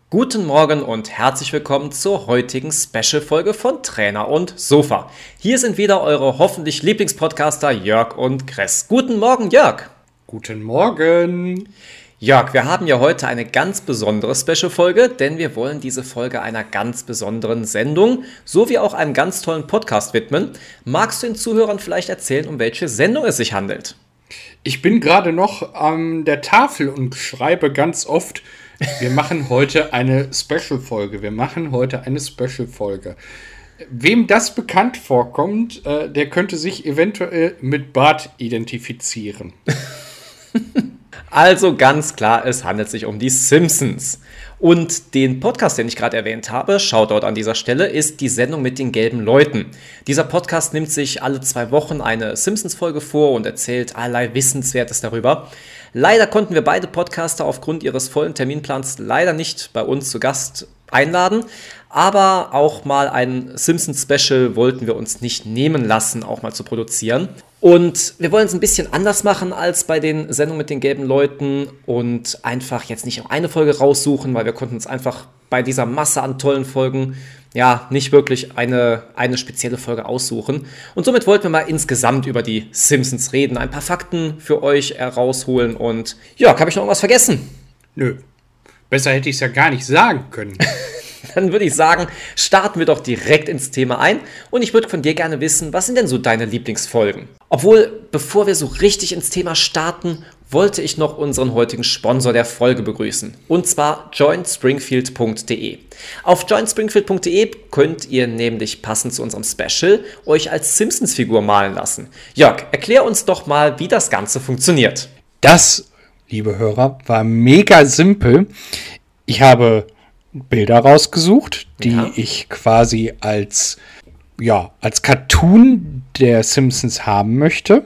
Guten Morgen und herzlich willkommen zur heutigen Special-Folge von Trainer und Sofa. Hier sind wieder eure hoffentlich Lieblingspodcaster Jörg und Chris. Guten Morgen, Jörg. Guten Morgen. Jörg, wir haben ja heute eine ganz besondere Special-Folge, denn wir wollen diese Folge einer ganz besonderen Sendung sowie auch einem ganz tollen Podcast widmen. Magst du den Zuhörern vielleicht erzählen, um welche Sendung es sich handelt? Ich bin gerade noch an der Tafel und schreibe ganz oft, wir machen heute eine Special-Folge. Wem das bekannt vorkommt, der könnte sich eventuell mit Bart identifizieren. Also ganz klar, es handelt sich um die Simpsons. Und den Podcast, den ich gerade erwähnt habe, Shoutout an dieser Stelle, ist die Sendung mit den gelben Leuten. Dieser Podcast nimmt sich alle 2 Wochen eine Simpsons-Folge vor und erzählt allerlei Wissenswertes darüber. Leider konnten wir beide Podcaster aufgrund ihres vollen Terminplans leider nicht bei uns zu Gast einladen, aber auch mal ein Simpsons-Special wollten wir uns nicht nehmen lassen, auch mal zu produzieren. Und wir wollen es ein bisschen anders machen als bei den Sendungen mit den gelben Leuten und einfach jetzt nicht nur eine Folge raussuchen, weil wir konnten uns einfach bei dieser Masse an tollen Folgen nicht wirklich eine spezielle Folge aussuchen. Und somit wollten wir mal insgesamt über die Simpsons reden, ein paar Fakten für euch herausholen und habe ich noch irgendwas vergessen? Nö, besser hätte ich es ja gar nicht sagen können. Dann würde ich sagen, starten wir doch direkt ins Thema ein. Und ich würde von dir gerne wissen, was sind denn so deine Lieblingsfolgen? Obwohl, bevor wir so richtig ins Thema starten, wollte ich noch unseren heutigen Sponsor der Folge begrüßen. Und zwar joinspringfield.de. Auf joinspringfield.de könnt ihr nämlich passend zu unserem Special euch als Simpsons-Figur malen lassen. Jörg, erklär uns doch mal, wie das Ganze funktioniert. Das, liebe Hörer, war mega simpel. Ich habe Bilder rausgesucht, die ich quasi als Cartoon der Simpsons haben möchte.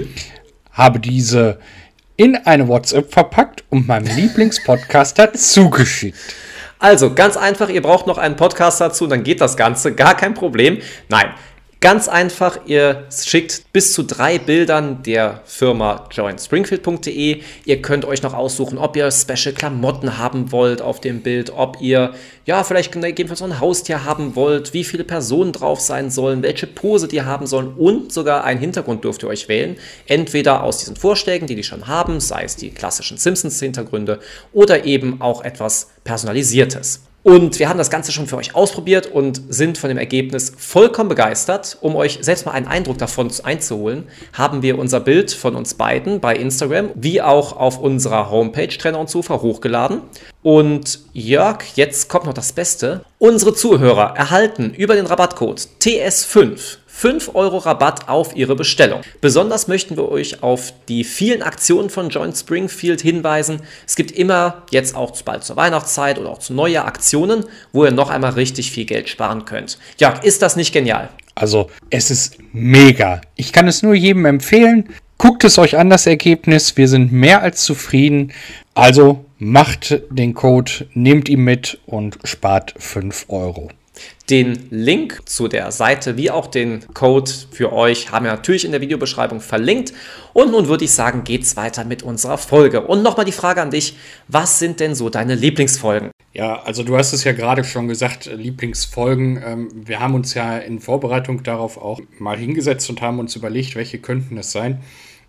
Habe diese in eine WhatsApp verpackt und meinem Lieblingspodcaster zugeschickt. Also, ganz einfach, ihr braucht noch einen Podcast dazu, dann geht das Ganze, gar kein Problem. Nein, ganz einfach, ihr schickt bis zu 3 Bildern der Firma joinspringfield.de. Ihr könnt euch noch aussuchen, ob ihr Special Klamotten haben wollt auf dem Bild, ob ihr vielleicht gegebenenfalls noch ein Haustier haben wollt, wie viele Personen drauf sein sollen, welche Pose die haben sollen und sogar einen Hintergrund dürft ihr euch wählen. Entweder aus diesen Vorschlägen, die schon haben, sei es die klassischen Simpsons-Hintergründe oder eben auch etwas Personalisiertes. Und wir haben das Ganze schon für euch ausprobiert und sind von dem Ergebnis vollkommen begeistert. Um euch selbst mal einen Eindruck davon einzuholen, haben wir unser Bild von uns beiden bei Instagram wie auch auf unserer Homepage Trainer und Sofa hochgeladen. Und Jörg, jetzt kommt noch das Beste. Unsere Zuhörer erhalten über den Rabattcode TS5 5 € Rabatt auf ihre Bestellung. Besonders möchten wir euch auf die vielen Aktionen von Join Springfield hinweisen. Es gibt immer, jetzt auch bald zur Weihnachtszeit oder auch zu Neujahr, Aktionen, wo ihr noch einmal richtig viel Geld sparen könnt. Ja, ist das nicht genial? Also, es ist mega. Ich kann es nur jedem empfehlen. Guckt es euch an, das Ergebnis. Wir sind mehr als zufrieden. Also, macht den Code, nehmt ihn mit und spart 5 €. Den Link zu der Seite wie auch den Code für euch haben wir natürlich in der Videobeschreibung verlinkt. Und nun würde ich sagen, geht's weiter mit unserer Folge. Und nochmal die Frage an dich, was sind denn so deine Lieblingsfolgen? Ja, also du hast es ja gerade schon gesagt, Lieblingsfolgen. Wir haben uns ja in Vorbereitung darauf auch mal hingesetzt und haben uns überlegt, welche könnten es sein.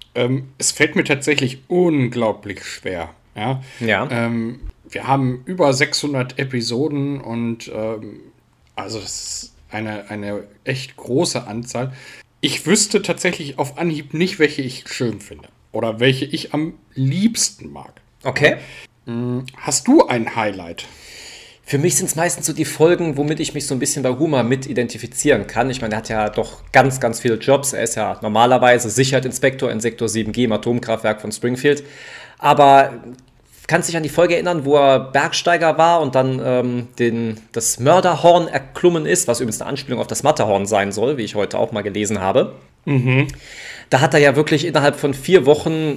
Es fällt mir tatsächlich unglaublich schwer. Ja. Wir haben über 600 Episoden und also das ist eine echt große Anzahl. Ich wüsste tatsächlich auf Anhieb nicht, welche ich schön finde. Oder welche ich am liebsten mag. Okay. Hast du ein Highlight? Für mich sind es meistens so die Folgen, womit ich mich so ein bisschen bei Homer mit identifizieren kann. Ich meine, er hat ja doch ganz, ganz viele Jobs. Er ist ja normalerweise Sicherheitsinspektor in Sektor 7G im Atomkraftwerk von Springfield. Aber kannst du dich an die Folge erinnern, wo er Bergsteiger war und dann das Mörderhorn erklommen ist, was übrigens eine Anspielung auf das Matterhorn sein soll, wie ich heute auch mal gelesen habe. Da hat er ja wirklich innerhalb von 4 Wochen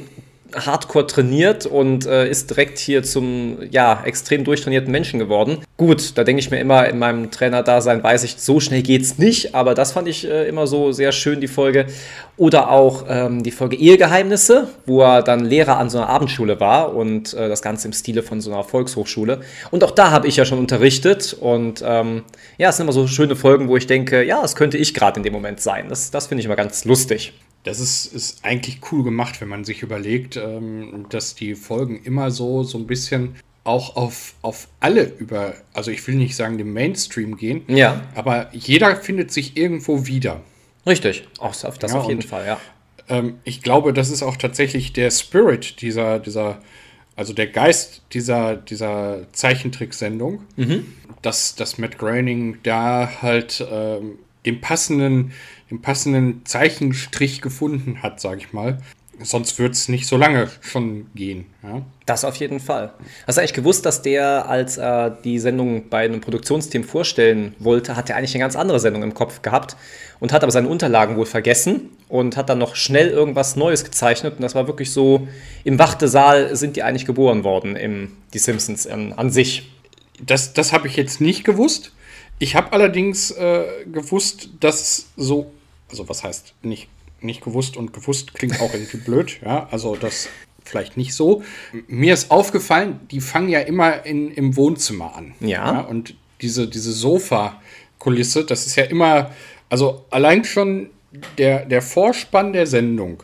hardcore trainiert und ist direkt hier zum, extrem durchtrainierten Menschen geworden. Gut, da denke ich mir immer, in meinem Trainerdasein weiß ich, so schnell geht's nicht, aber das fand ich immer so sehr schön, die Folge. Oder auch die Folge Ehegeheimnisse, wo er dann Lehrer an so einer Abendschule war und das Ganze im Stile von so einer Volkshochschule. Und auch da habe ich ja schon unterrichtet und es sind immer so schöne Folgen, wo ich denke, ja, das könnte ich gerade in dem Moment sein. Das finde ich immer ganz lustig. Das ist eigentlich cool gemacht, wenn man sich überlegt, dass die Folgen immer so ein bisschen auch auf alle also ich will nicht sagen den Mainstream gehen, aber jeder findet sich irgendwo wieder. Richtig, das auf jeden Fall, ja. Ich glaube, das ist auch tatsächlich der Spirit also der Geist dieser Zeichentricksendung, dass Matt Groening da halt den passenden Zeichenstrich gefunden hat, sage ich mal. Sonst wird es nicht so lange schon gehen. Ja? Das auf jeden Fall. Hast du eigentlich gewusst, dass der, als er die Sendung bei einem Produktionsteam vorstellen wollte, hat er eigentlich eine ganz andere Sendung im Kopf gehabt und hat aber seine Unterlagen wohl vergessen und hat dann noch schnell irgendwas Neues gezeichnet. Und das war wirklich so, im Wartesaal sind die eigentlich geboren worden, die Simpsons an sich. Das habe ich jetzt nicht gewusst. Ich habe allerdings gewusst, dass so, also was heißt nicht gewusst, und gewusst klingt auch irgendwie blöd, ja, also das vielleicht nicht so. Mir ist aufgefallen, die fangen ja immer im Wohnzimmer an. Ja. Und diese Sofa-Kulisse, das ist ja immer, also allein schon der Vorspann der Sendung,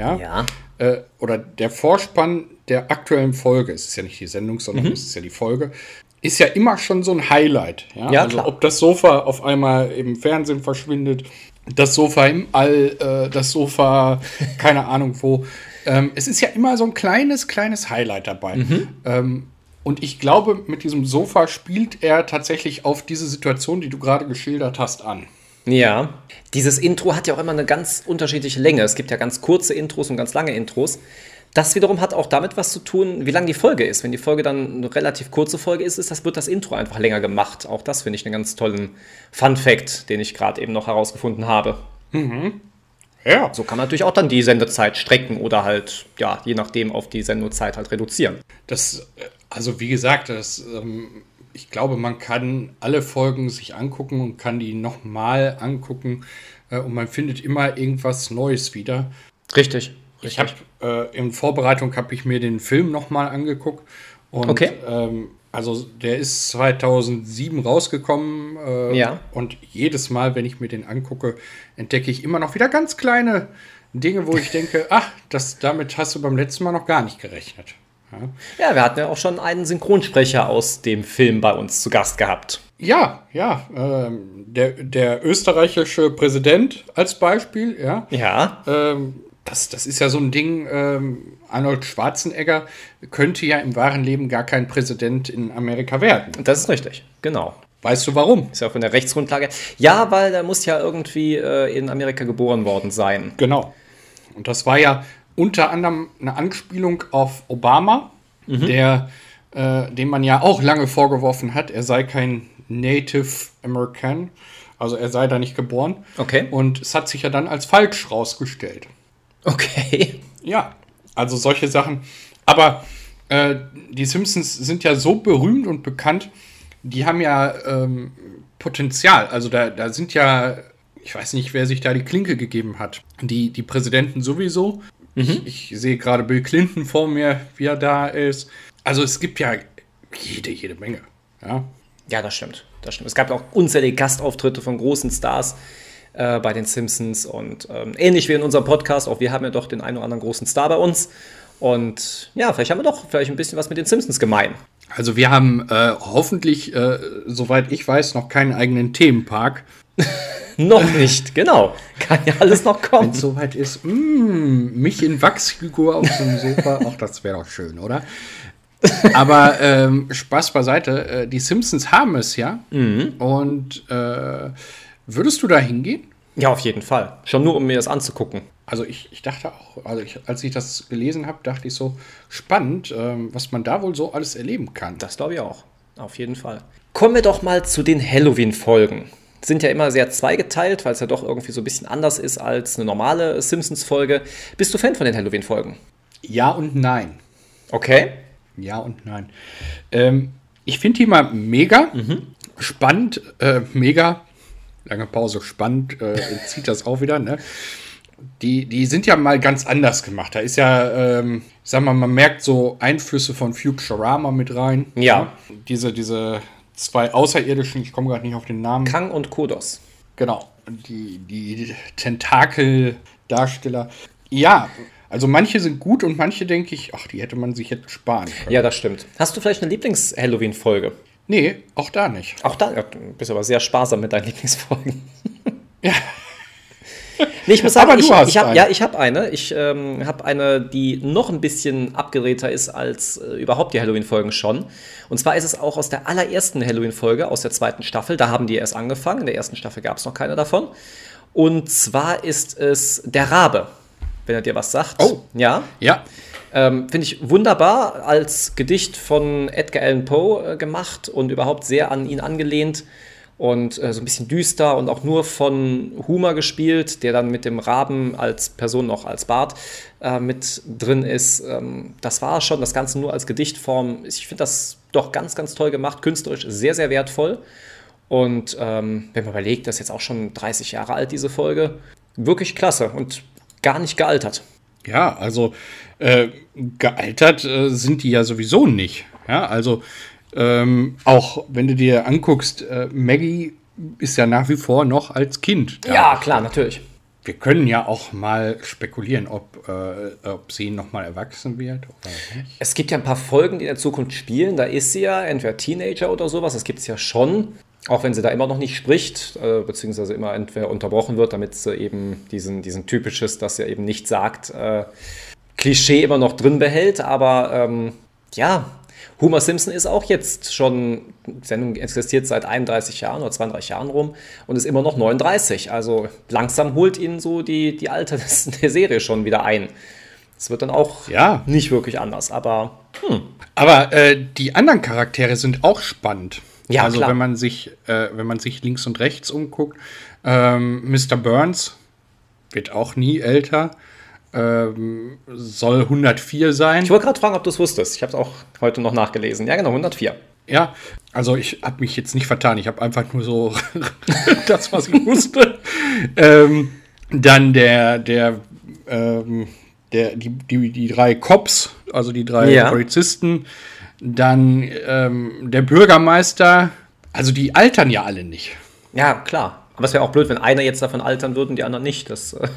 oder der Vorspann der aktuellen Folge, es ist ja nicht die Sendung, sondern es ist ja die Folge, ist ja immer schon so ein Highlight. Ja, also klar. Ob das Sofa auf einmal im Fernsehen verschwindet, das Sofa im All, das Sofa, keine Ahnung wo. Es ist ja immer so ein kleines Highlight dabei. Und ich glaube, mit diesem Sofa spielt er tatsächlich auf diese Situation, die du gerade geschildert hast, an. Ja, dieses Intro hat ja auch immer eine ganz unterschiedliche Länge. Es gibt ja ganz kurze Intros und ganz lange Intros. Das wiederum hat auch damit was zu tun, wie lang die Folge ist. Wenn die Folge dann eine relativ kurze Folge ist, wird das Intro einfach länger gemacht. Auch das finde ich einen ganz tollen Fun-Fact, den ich gerade eben noch herausgefunden habe. Ja. So kann man natürlich auch dann die Sendezeit strecken oder halt, je nachdem auf die Sendezeit halt reduzieren. Also wie gesagt, ich glaube, man kann alle Folgen sich angucken und kann die nochmal angucken und man findet immer irgendwas Neues wieder. Richtig. Ich habe in Vorbereitung habe ich mir den Film nochmal angeguckt und also der ist 2007 rausgekommen und jedes Mal, wenn ich mir den angucke, entdecke ich immer noch wieder ganz kleine Dinge, wo ich denke, damit hast du beim letzten Mal noch gar nicht gerechnet. Ja, wir hatten ja auch schon einen Synchronsprecher aus dem Film bei uns zu Gast gehabt. Ja, der österreichische Präsident als Beispiel, Das ist ja so ein Ding, Arnold Schwarzenegger könnte ja im wahren Leben gar kein Präsident in Amerika werden. Das ist richtig, genau. Weißt du warum? Ist ja von der Rechtsgrundlage. Ja, weil der muss ja irgendwie in Amerika geboren worden sein. Genau. Und das war ja unter anderem eine Anspielung auf Obama, dem man ja auch lange vorgeworfen hat, er sei kein Native American, also er sei da nicht geboren. Okay. Und es hat sich ja dann als falsch rausgestellt. Okay. Ja, also solche Sachen. Aber die Simpsons sind ja so berühmt und bekannt, die haben ja Potenzial. Also da sind ja, ich weiß nicht, wer sich da die Klinke gegeben hat. Die Präsidenten sowieso. Ich sehe gerade Bill Clinton vor mir, wie er da ist. Also es gibt ja jede Menge. Ja, das stimmt. Es gab auch unzählige Gastauftritte von großen Stars bei den Simpsons und ähnlich wie in unserem Podcast, auch wir haben ja doch den einen oder anderen großen Star bei uns und vielleicht haben wir vielleicht ein bisschen was mit den Simpsons gemein. Also wir haben hoffentlich, soweit ich weiß, noch keinen eigenen Themenpark. Noch nicht, genau. Kann ja alles noch kommen. Wenn es soweit ist, mich in Wachsfigur auf so einem Sofa, auch das wäre doch schön, oder? Aber Spaß beiseite, die Simpsons haben es ja und würdest du da hingehen? Ja, auf jeden Fall. Schon nur, um mir das anzugucken. Also ich dachte auch, als ich das gelesen habe, dachte ich so, spannend, was man da wohl so alles erleben kann. Das glaube ich auch. Auf jeden Fall. Kommen wir doch mal zu den Halloween-Folgen. Sind ja immer sehr zweigeteilt, weil es ja doch irgendwie so ein bisschen anders ist als eine normale Simpsons-Folge. Bist du Fan von den Halloween-Folgen? Ja und nein. Okay. Ja und nein. Ich finde die mal mega spannend, mega, lange Pause, spannend, zieht das auch wieder, ne? Die sind ja mal ganz anders gemacht. Da ist ja, ich sag mal, man merkt so Einflüsse von Futurama mit rein. Ja. Diese zwei Außerirdischen, ich komme gerade nicht auf den Namen. Kang und Kodos. Genau, die Tentakel-Darsteller. Ja, also manche sind gut und manche denke ich, ach, die hätte man sich jetzt sparen können. Ja, das stimmt. Hast du vielleicht eine Lieblings-Halloween-Folge? Nee, auch da nicht. Auch da, ja, du bist aber sehr sparsam mit deinen Lieblingsfolgen. Ja. Nee, ich muss sagen, aber du hast eine. eine. Ja, ich habe eine. Ich habe eine, die noch ein bisschen abgedrehter ist als überhaupt die Halloween-Folgen schon. Und zwar ist es auch aus der allerersten Halloween-Folge, aus der 2. Staffel. Da haben die erst angefangen. In der 1. Staffel gab es noch keine davon. Und zwar ist es der Rabe, wenn er dir was sagt. Oh. Ja. Ja. Finde ich wunderbar als Gedicht von Edgar Allan Poe gemacht und überhaupt sehr an ihn angelehnt. Und so ein bisschen düster und auch nur von Homer gespielt, der dann mit dem Raben als Person noch als Bart mit drin ist. Das war schon, das Ganze nur als Gedichtform. Ich finde das doch ganz, ganz toll gemacht, künstlerisch sehr, sehr wertvoll. Und wenn man überlegt, das ist jetzt auch schon 30 Jahre alt, diese Folge, wirklich klasse und gar nicht gealtert. Ja, also gealtert sind die ja sowieso nicht. Ja, also auch wenn du dir anguckst, Maggie ist ja nach wie vor noch als Kind da. Ja, klar, natürlich. Wir können ja auch mal spekulieren, ob sie noch mal erwachsen wird oder nicht. Es gibt ja ein paar Folgen, die in der Zukunft spielen. Da ist sie ja entweder Teenager oder sowas. Das gibt es ja schon. Auch wenn sie da immer noch nicht spricht, beziehungsweise immer entweder unterbrochen wird, damit sie eben diesen typisches, das ja eben nicht sagt, Klischee immer noch drin behält. Aber ja, Homer Simpson ist auch jetzt schon, die Sendung existiert seit 31 Jahren oder 32 Jahren rum und ist immer noch 39. Also langsam holt ihn so die Alter der Serie schon wieder ein. Es wird dann auch nicht wirklich anders, aber Aber die anderen Charaktere sind auch spannend. Ja, also klar. wenn man sich links und rechts umguckt, Mr. Burns wird auch nie älter. Soll 104 sein. Ich wollte gerade fragen, ob du es wusstest. Ich habe es auch heute noch nachgelesen. Ja, genau, 104. Ja, also ich habe mich jetzt nicht vertan. Ich habe einfach nur so das, was ich wusste. Dann die 3 Cops, also die 3 Polizisten. Dann der Bürgermeister. Also die altern ja alle nicht. Ja, klar. Aber es wäre auch blöd, wenn einer jetzt davon altern würde und die anderen nicht.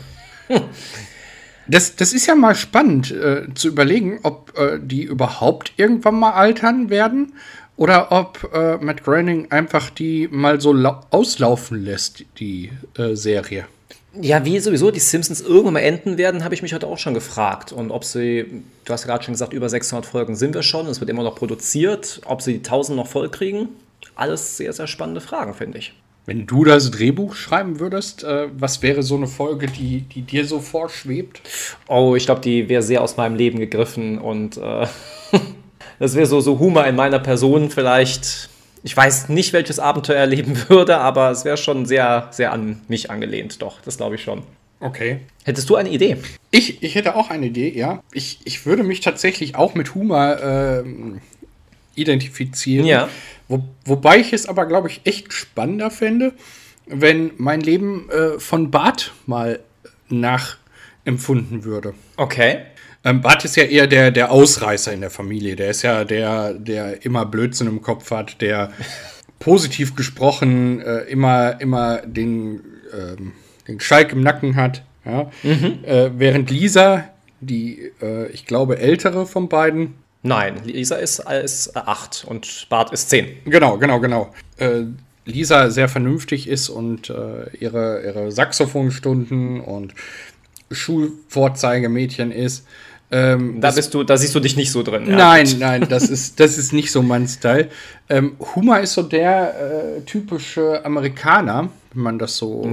Das ist ja mal spannend zu überlegen, ob die überhaupt irgendwann mal altern werden oder ob Matt Groening einfach die mal so auslaufen lässt, die Serie. Ja, wie sowieso die Simpsons irgendwann mal enden werden, habe ich mich heute auch schon gefragt. Und ob sie, du hast gerade schon gesagt, über 600 Folgen sind wir schon, es wird immer noch produziert, ob sie die 1000 noch voll kriegen. Alles sehr, sehr spannende Fragen, finde ich. Wenn du das Drehbuch schreiben würdest, was wäre so eine Folge, die dir so vorschwebt? Oh, ich glaube, die wäre sehr aus meinem Leben gegriffen und das wäre so Humor in meiner Person vielleicht. Ich weiß nicht, welches Abenteuer erleben würde, aber es wäre schon sehr, sehr an mich angelehnt, doch, das glaube ich schon. Okay. Hättest du eine Idee? Ich hätte auch eine Idee, ja. Ich würde mich tatsächlich auch mit Humor identifizieren. Ja. Wobei ich es aber, glaube ich, echt spannender fände, wenn mein Leben von Bart mal nachempfunden würde. Okay. Bart ist ja eher der Ausreißer in der Familie. Der ist ja der immer Blödsinn im Kopf hat, der positiv gesprochen immer den Schalk im Nacken hat. Ja? Während Lisa, die, ich glaube, ältere von beiden. Nein, Lisa ist 8 und Bart ist 10. Genau. Lisa sehr vernünftig ist und ihre Saxophonstunden und Schulvorzeigemädchen ist. Da siehst du dich nicht so drin. Ja, nein, das ist nicht so mein Style. Homer ist so der typische Amerikaner, wenn man das so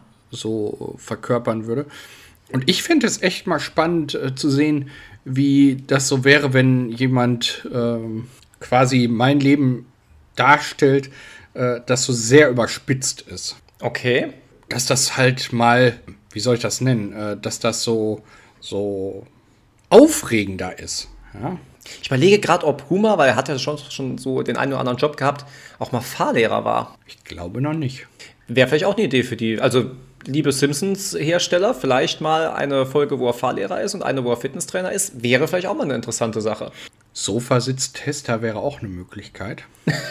verkörpern würde. Und ich finde es echt mal spannend zu sehen, wie das so wäre, wenn jemand quasi mein Leben darstellt, das so sehr überspitzt ist. Okay. Dass das halt mal, wie soll ich das nennen, dass das so aufregender ist. Ja. Ich überlege gerade, ob Homer, weil er hat ja schon so den einen oder anderen Job gehabt, auch mal Fahrlehrer war. Ich glaube noch nicht. Wäre vielleicht auch eine Idee für die, also liebe Simpsons-Hersteller, vielleicht mal eine Folge, wo er Fahrlehrer ist und eine, wo er Fitnesstrainer ist, wäre vielleicht auch mal eine interessante Sache. Sofasitz-Tester wäre auch eine Möglichkeit.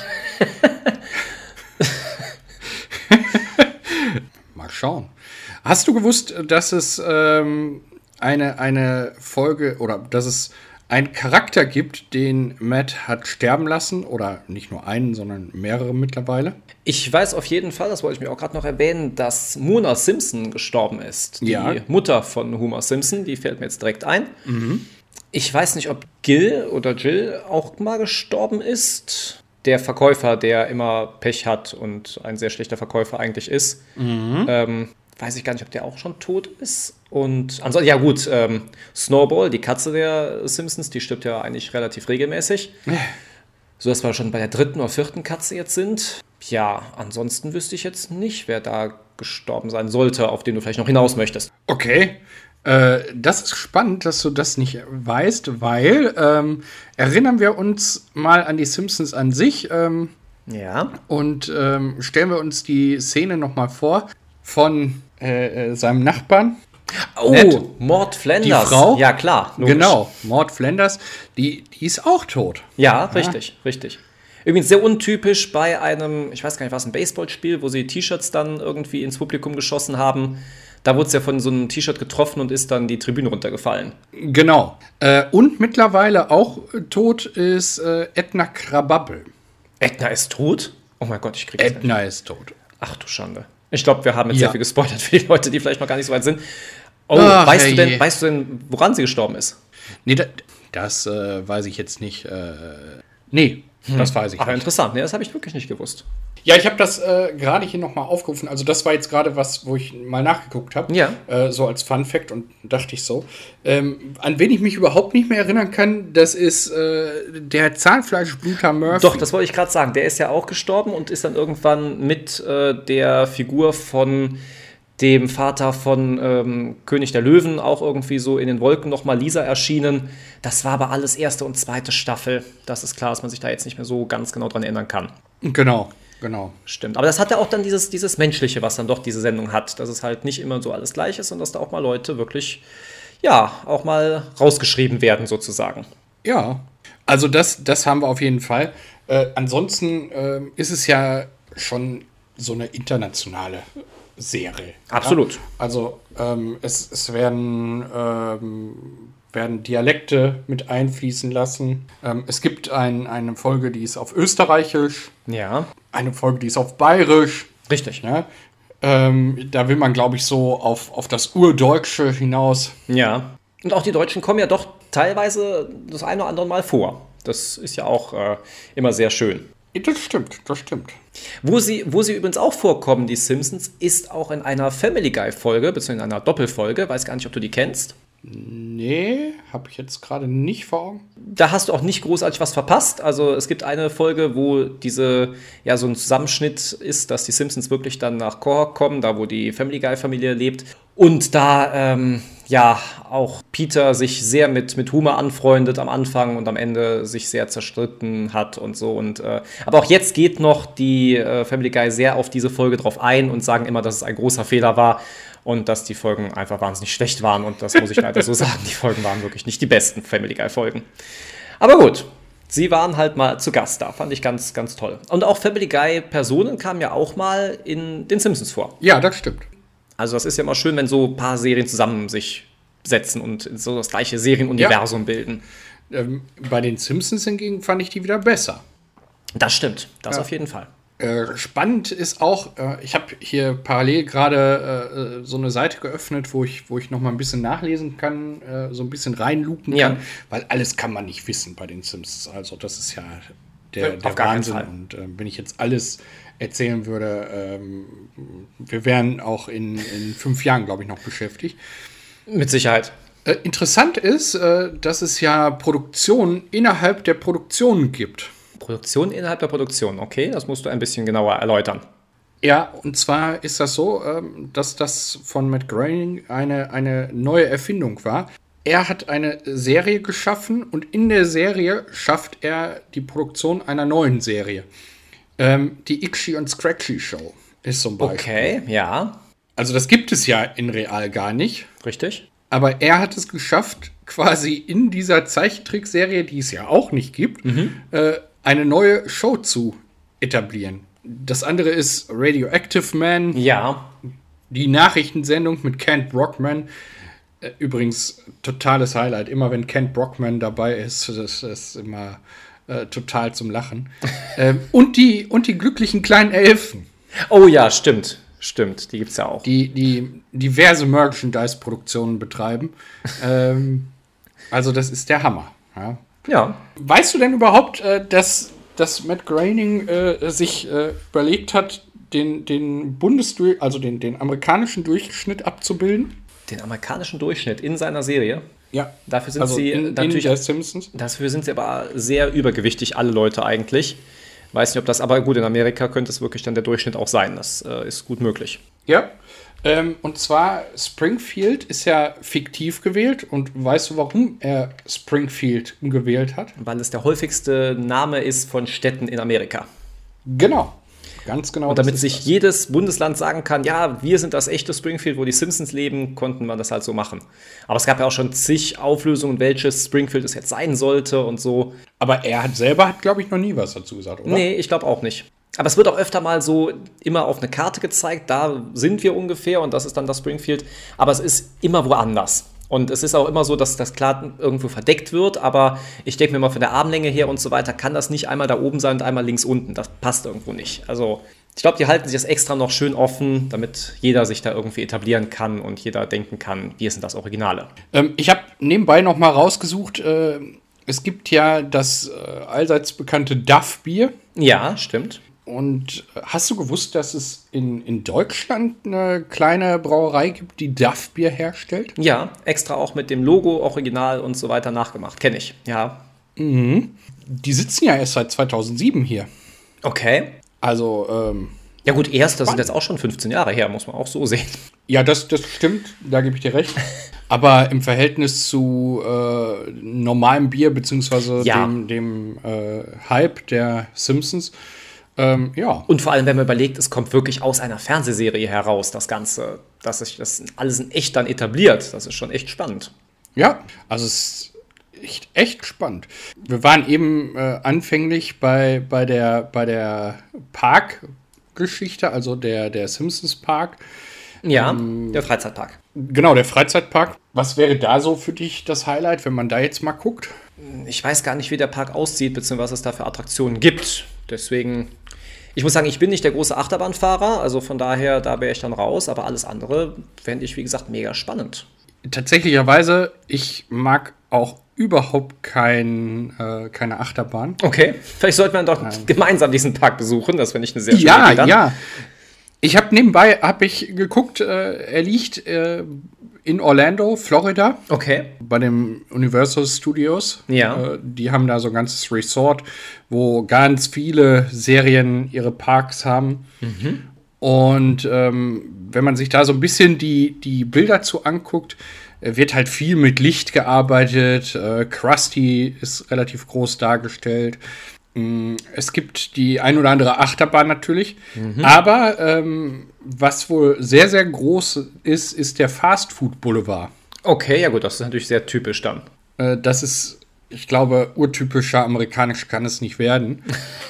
Mal schauen. Hast du gewusst, dass es eine Folge oder dass es einen Charakter gibt, den Matt hat sterben lassen? Oder nicht nur einen, sondern mehrere mittlerweile? Ich weiß auf jeden Fall, das wollte ich mir auch gerade noch erwähnen, dass Mona Simpson gestorben ist. Die Ja. Mutter von Homer Simpson, die fällt mir jetzt direkt ein. Ich weiß nicht, ob Gil oder Jill auch mal gestorben ist. Der Verkäufer, der immer Pech hat und ein sehr schlechter Verkäufer eigentlich ist. Weiß ich gar nicht, ob der auch schon tot ist. Und ansonsten, ja gut, Snowball, die Katze der Simpsons, die stirbt ja eigentlich relativ regelmäßig. So dass wir schon bei der 3. oder 4. Katze jetzt sind. Ja, ansonsten wüsste ich jetzt nicht, wer da gestorben sein sollte, auf den du vielleicht noch hinaus möchtest. Okay. Das ist spannend, dass du das nicht weißt, weil erinnern wir uns mal an die Simpsons an sich Ja. und stellen wir uns die Szene noch mal vor von seinem Nachbarn. Oh, Ned. Mort Flanders. Die Frau? Ja, klar. Logisch. Genau, Mort Flanders, die ist auch tot. Ja, richtig, richtig. Übrigens sehr untypisch bei einem, ich weiß gar nicht, was, ein Baseballspiel, wo sie T-Shirts dann irgendwie ins Publikum geschossen haben. Da wurde es ja von so einem T-Shirt getroffen und ist dann die Tribüne runtergefallen. Genau. Und mittlerweile auch tot ist Edna Krabappel. Edna ist tot? Oh mein Gott, ich krieg das nicht. Edna ist tot. Ach du Schande. Ich glaube, wir haben jetzt Ja. sehr viel gespoilert für die Leute, die vielleicht noch gar nicht so weit sind. Oh, Ach, weißt du herrje. denn, woran sie gestorben ist? Nee, das weiß ich jetzt nicht. Nee, das weiß ich Aber nicht. interessant, ne, das habe ich wirklich nicht gewusst. Ja, ich habe das gerade hier noch mal aufgerufen. Also das war jetzt gerade was, wo ich mal nachgeguckt habe. Ja. So als Fun Fact und dachte ich so. An wen ich mich überhaupt nicht mehr erinnern kann, das ist der Zahnfleischbluter Murphy. Doch, das wollte ich gerade sagen. Der ist ja auch gestorben und ist dann irgendwann mit der Figur von dem Vater von König der Löwen auch irgendwie so in den Wolken nochmal Lisa erschienen. Das war aber alles 1. und 2. Staffel. Das ist klar, dass man sich da jetzt nicht mehr so ganz genau dran erinnern kann. Genau. Stimmt. Aber das hat ja auch dann dieses Menschliche, was dann doch diese Sendung hat. Dass es halt nicht immer so alles gleich ist und dass da auch mal Leute wirklich, ja, auch mal rausgeschrieben werden sozusagen. Ja. Also das haben wir auf jeden Fall. Ansonsten ist es ja schon so eine internationale Serie. Absolut. Ja? Also es werden Dialekte mit einfließen lassen. Es gibt eine Folge, die ist auf Österreichisch, Ja, eine Folge, die ist auf Bayerisch. richtig. Ja? Da will man, glaube ich, so auf das Urdeutsche hinaus. Ja. Und auch die Deutschen kommen ja doch teilweise das eine oder andere Mal vor. Das ist ja auch immer sehr schön. Das stimmt. Wo sie übrigens auch vorkommen, die Simpsons, ist auch in einer Family Guy-Folge, beziehungsweise in einer Doppelfolge. Weiß gar nicht, ob du die kennst. Nee, habe ich jetzt gerade nicht vor Augen. Da hast du auch nicht großartig was verpasst. Also es gibt eine Folge, wo so ein Zusammenschnitt ist, dass die Simpsons wirklich dann nach Quahog kommen, da wo die Family Guy-Familie lebt. Und da, auch Peter sich sehr mit Homer anfreundet am Anfang und am Ende sich sehr zerstritten hat und so. Aber auch jetzt geht noch die Family Guy sehr auf diese Folge drauf ein und sagen immer, dass es ein großer Fehler war. Und dass die Folgen einfach wahnsinnig schlecht waren. Und das muss ich leider so sagen. Die Folgen waren wirklich nicht die besten Family Guy-Folgen. Aber gut, sie waren halt mal zu Gast da. Fand ich ganz, ganz toll. Und auch Family Guy-Personen kamen ja auch mal in den Simpsons vor. Ja, das stimmt. Also das ist ja immer schön, wenn so ein paar Serien zusammen sich setzen und so das gleiche Serienuniversum bilden. Bei den Simpsons hingegen fand ich die wieder besser. Das stimmt, das Ja. auf jeden Fall. Spannend ist auch, ich habe hier parallel gerade so eine Seite geöffnet, wo ich noch mal ein bisschen nachlesen kann, so ein bisschen reinlupen Ja. kann, weil alles kann man nicht wissen bei den Simpsons. Also das ist ja der Auf gar keinen Wahnsinn. Fall. Und wenn ich jetzt alles erzählen würde, wir wären auch in 5 Jahren, glaube ich, noch beschäftigt. Mit Sicherheit. Interessant ist, dass es ja Produktionen innerhalb der Produktionen gibt. Produktion innerhalb der Produktion, okay, das musst du ein bisschen genauer erläutern. Ja, und zwar ist das so, dass das von Matt Groening eine neue Erfindung war. er hat eine Serie geschaffen und in der Serie schafft er die Produktion einer neuen Serie. Die Ikshi und Scratchy Show ist zum Beispiel. Okay, ja. Also das gibt es ja in real gar nicht. Richtig. Aber er hat es geschafft, quasi in dieser Zeichentrickserie, die es ja auch nicht gibt, eine neue Show zu etablieren. Das andere ist Radioactive Man. Ja. Die Nachrichtensendung mit Kent Brockman. Übrigens, totales Highlight. Immer wenn Kent Brockman dabei ist, das ist immer total zum Lachen. Und die glücklichen kleinen Elfen. Oh ja, stimmt. Stimmt, die gibt es ja auch. Die diverse Merchandise-Produktionen betreiben. Also das ist der Hammer. Ja. Weißt du denn überhaupt, dass Matt Groening sich überlegt hat, den amerikanischen Durchschnitt abzubilden? Den amerikanischen Durchschnitt in seiner Serie? Ja. Dafür sind also sie natürlich. In der Simpsons. Dafür sind sie aber sehr übergewichtig, alle Leute eigentlich. Weiß nicht, ob das, aber gut, in Amerika könnte es wirklich dann der Durchschnitt auch sein. Das ist gut möglich. Ja. Und zwar, Springfield ist ja fiktiv gewählt. Und weißt du, warum er Springfield gewählt hat? Weil es der häufigste Name ist von Städten in Amerika. Genau. Ganz genau. Und damit sich jedes Bundesland sagen kann, ja, wir sind das echte Springfield, wo die Simpsons leben, konnten wir das halt so machen. Aber es gab ja auch schon zig Auflösungen, welches Springfield es jetzt sein sollte und so. Aber er hat selber, glaube ich, noch nie was dazu gesagt, oder? Nee, ich glaube auch nicht. Aber es wird auch öfter mal so immer auf eine Karte gezeigt, da sind wir ungefähr und das ist dann das Springfield. Aber es ist immer woanders. Und es ist auch immer so, dass das klar irgendwo verdeckt wird, aber ich denke mir mal von der Armlänge her und so weiter, kann das nicht einmal da oben sein und einmal links unten. Das passt irgendwo nicht. Also ich glaube, die halten sich das extra noch schön offen, damit jeder sich da irgendwie etablieren kann und jeder denken kann, wir sind das Originale. Ich habe nebenbei noch mal rausgesucht, es gibt ja das allseits bekannte Duff-Bier. Ja, stimmt. Und hast du gewusst, dass es in Deutschland eine kleine Brauerei gibt, die Duff-Bier herstellt? Ja, extra auch mit dem Logo, Original und so weiter nachgemacht. Kenne ich, ja. Mhm. Die sitzen ja erst seit 2007 hier. Okay. Also, ja gut, das sind jetzt auch schon 15 Jahre her, muss man auch so sehen. Ja, das stimmt, da gebe ich dir recht. Aber im Verhältnis zu normalem Bier, beziehungsweise dem Hype der Simpsons, ja. Und vor allem, wenn man überlegt, es kommt wirklich aus einer Fernsehserie heraus, das Ganze, dass sich das alles in echt dann etabliert. Das ist schon echt spannend. Ja, also es ist echt spannend. Wir waren eben anfänglich bei der Parkgeschichte, also der Simpsons Park. Ja, der Freizeitpark. Genau, der Freizeitpark. Was wäre da so für dich das Highlight, wenn man da jetzt mal guckt? Ich weiß gar nicht, wie der Park aussieht, beziehungsweise was es da für Attraktionen gibt. Deswegen, ich muss sagen, ich bin nicht der große Achterbahnfahrer, also von daher, da wäre ich dann raus, aber alles andere fände ich, wie gesagt, mega spannend. Tatsächlicherweise, ich mag auch überhaupt keine Achterbahn. Okay, vielleicht sollten wir doch gemeinsam diesen Park besuchen, das finde ich eine sehr schöne Idee. Ja. Ich habe nebenbei geguckt, er liegt in Orlando, Florida. Okay. Bei dem Universal Studios. Ja. Die haben da so ein ganzes Resort, wo ganz viele Serien ihre Parks haben. Mhm. Und wenn man sich da so ein bisschen die Bilder zu anguckt, wird halt viel mit Licht gearbeitet. Krusty ist relativ groß dargestellt. Es gibt die ein oder andere Achterbahn natürlich. Mhm. Aber was wohl sehr, sehr groß ist der Fast Food Boulevard. Okay, ja gut, das ist natürlich sehr typisch dann. Das ist, ich glaube, urtypischer amerikanisch kann es nicht werden.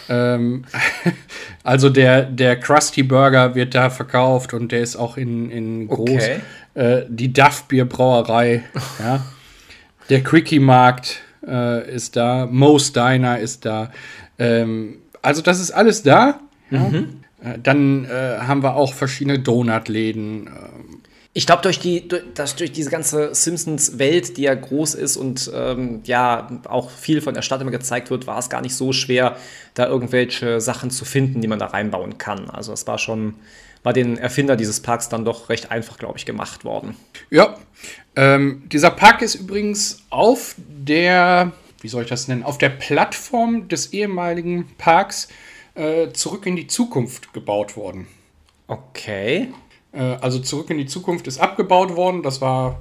Also der Krusty Burger wird da verkauft und der ist auch in groß. Okay. Die Duff Bier Brauerei, ja. Der Quickie Markt ist da, Moe's Diner ist da. Also das ist alles da. Mhm. Ja. Dann haben wir auch verschiedene Donutläden. Ich glaube, durch diese ganze Simpsons-Welt, die ja groß ist und auch viel von der Stadt immer gezeigt wird, war es gar nicht so schwer, da irgendwelche Sachen zu finden, die man da reinbauen kann. Also es war den Erfinder dieses Parks dann doch recht einfach, glaube ich, gemacht worden. Ja, dieser Park ist übrigens auf der, wie soll ich das nennen, auf der Plattform des ehemaligen Parks Zurück in die Zukunft gebaut worden. Okay. Also Zurück in die Zukunft ist abgebaut worden. Das war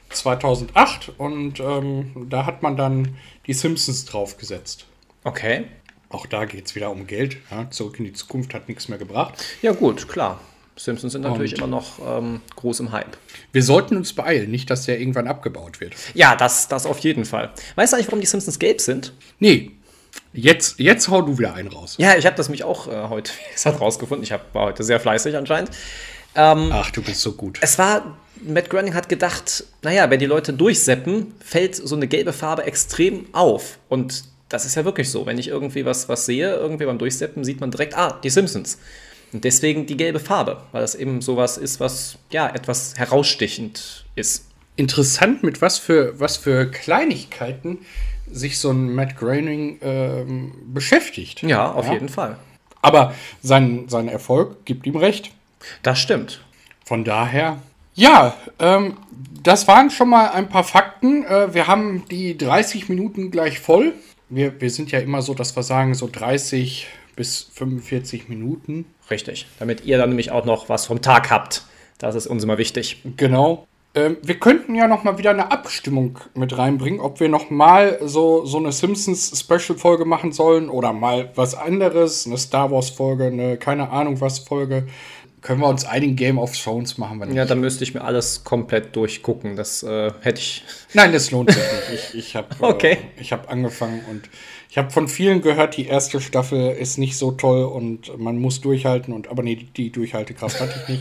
2008 und da hat man dann die Simpsons draufgesetzt. Okay. Auch da geht es wieder um Geld. Ja? Zurück in die Zukunft hat nichts mehr gebracht. Ja gut, klar. Simpsons sind natürlich immer noch groß im Hype. Wir sollten uns beeilen, nicht, dass der irgendwann abgebaut wird. Ja, das auf jeden Fall. Weißt du eigentlich, warum die Simpsons gelb sind? Nee, jetzt hau du wieder einen raus. Ja, ich habe das mich auch heute rausgefunden. Ich war heute sehr fleißig anscheinend. Ach, du bist so gut. Matt Groening hat gedacht, naja, wenn die Leute durchseppen, fällt so eine gelbe Farbe extrem auf. Und das ist ja wirklich so. Wenn ich irgendwie was sehe, irgendwie beim Durchseppen, sieht man direkt, die Simpsons. Und deswegen die gelbe Farbe, weil das eben sowas ist, was ja etwas herausstechend ist. Interessant, mit was für Kleinigkeiten sich so ein Matt Groening beschäftigt. Ja, auf jeden Fall. Aber sein Erfolg gibt ihm recht. Das stimmt. Von daher, ja, das waren schon mal ein paar Fakten. Wir haben die 30 Minuten gleich voll. Wir sind ja immer so, dass wir sagen, so 30 bis 45 Minuten. Richtig, damit ihr dann nämlich auch noch was vom Tag habt. Das ist uns immer wichtig. Genau. Wir könnten ja noch mal wieder eine Abstimmung mit reinbringen, ob wir noch mal so eine Simpsons-Special-Folge machen sollen oder mal was anderes, eine Star Wars-Folge, eine keine Ahnung was Folge. Können wir uns einigen, Game of Thrones machen wir nicht. Ja, dann müsste ich mir alles komplett durchgucken. Das hätte ich... Nein, das lohnt sich nicht. Ich habe hab angefangen und ich habe von vielen gehört, die erste Staffel ist nicht so toll und man muss durchhalten. Aber nee, die Durchhaltekraft hatte ich nicht.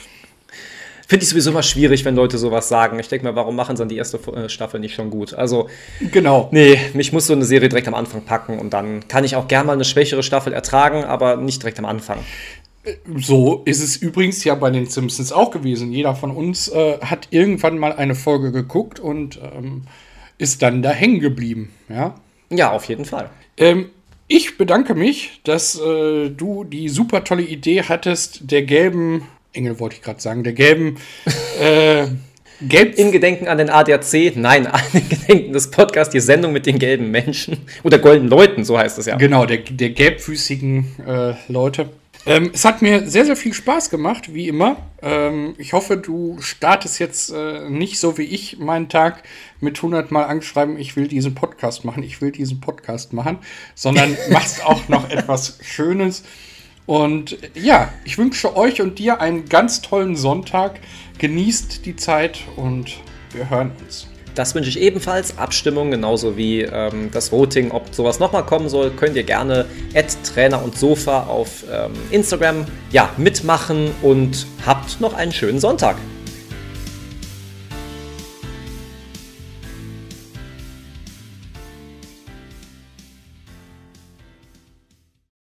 Finde ich sowieso immer schwierig, wenn Leute sowas sagen. Ich denke mal, warum machen sie dann die erste Staffel nicht schon gut? Also, genau. Nee, mich muss so eine Serie direkt am Anfang packen und dann kann ich auch gerne mal eine schwächere Staffel ertragen, aber nicht direkt am Anfang. So ist es übrigens ja bei den Simpsons auch gewesen. Jeder von uns hat irgendwann mal eine Folge geguckt und ist dann da hängen geblieben. Ja, auf jeden Fall. Ich bedanke mich, dass du die super tolle Idee hattest, der gelben, Engel wollte ich gerade sagen, der gelben, in Gedenken an den ADAC, nein, in Gedenken des Podcasts, die Sendung mit den gelben Menschen oder goldenen Leuten, so heißt es ja. Genau, der gelbfüßigen Leute. Es hat mir sehr, sehr viel Spaß gemacht, wie immer. Ich hoffe, du startest jetzt nicht so wie ich meinen Tag mit 100 Mal anschreiben, ich will diesen Podcast machen, sondern machst auch noch etwas Schönes. Und ja, ich wünsche euch und dir einen ganz tollen Sonntag. Genießt die Zeit und wir hören uns. Das wünsche ich ebenfalls. Abstimmung, genauso wie das Voting, ob sowas nochmal kommen soll, könnt ihr gerne @Trainer und Sofa auf Instagram mitmachen und habt noch einen schönen Sonntag.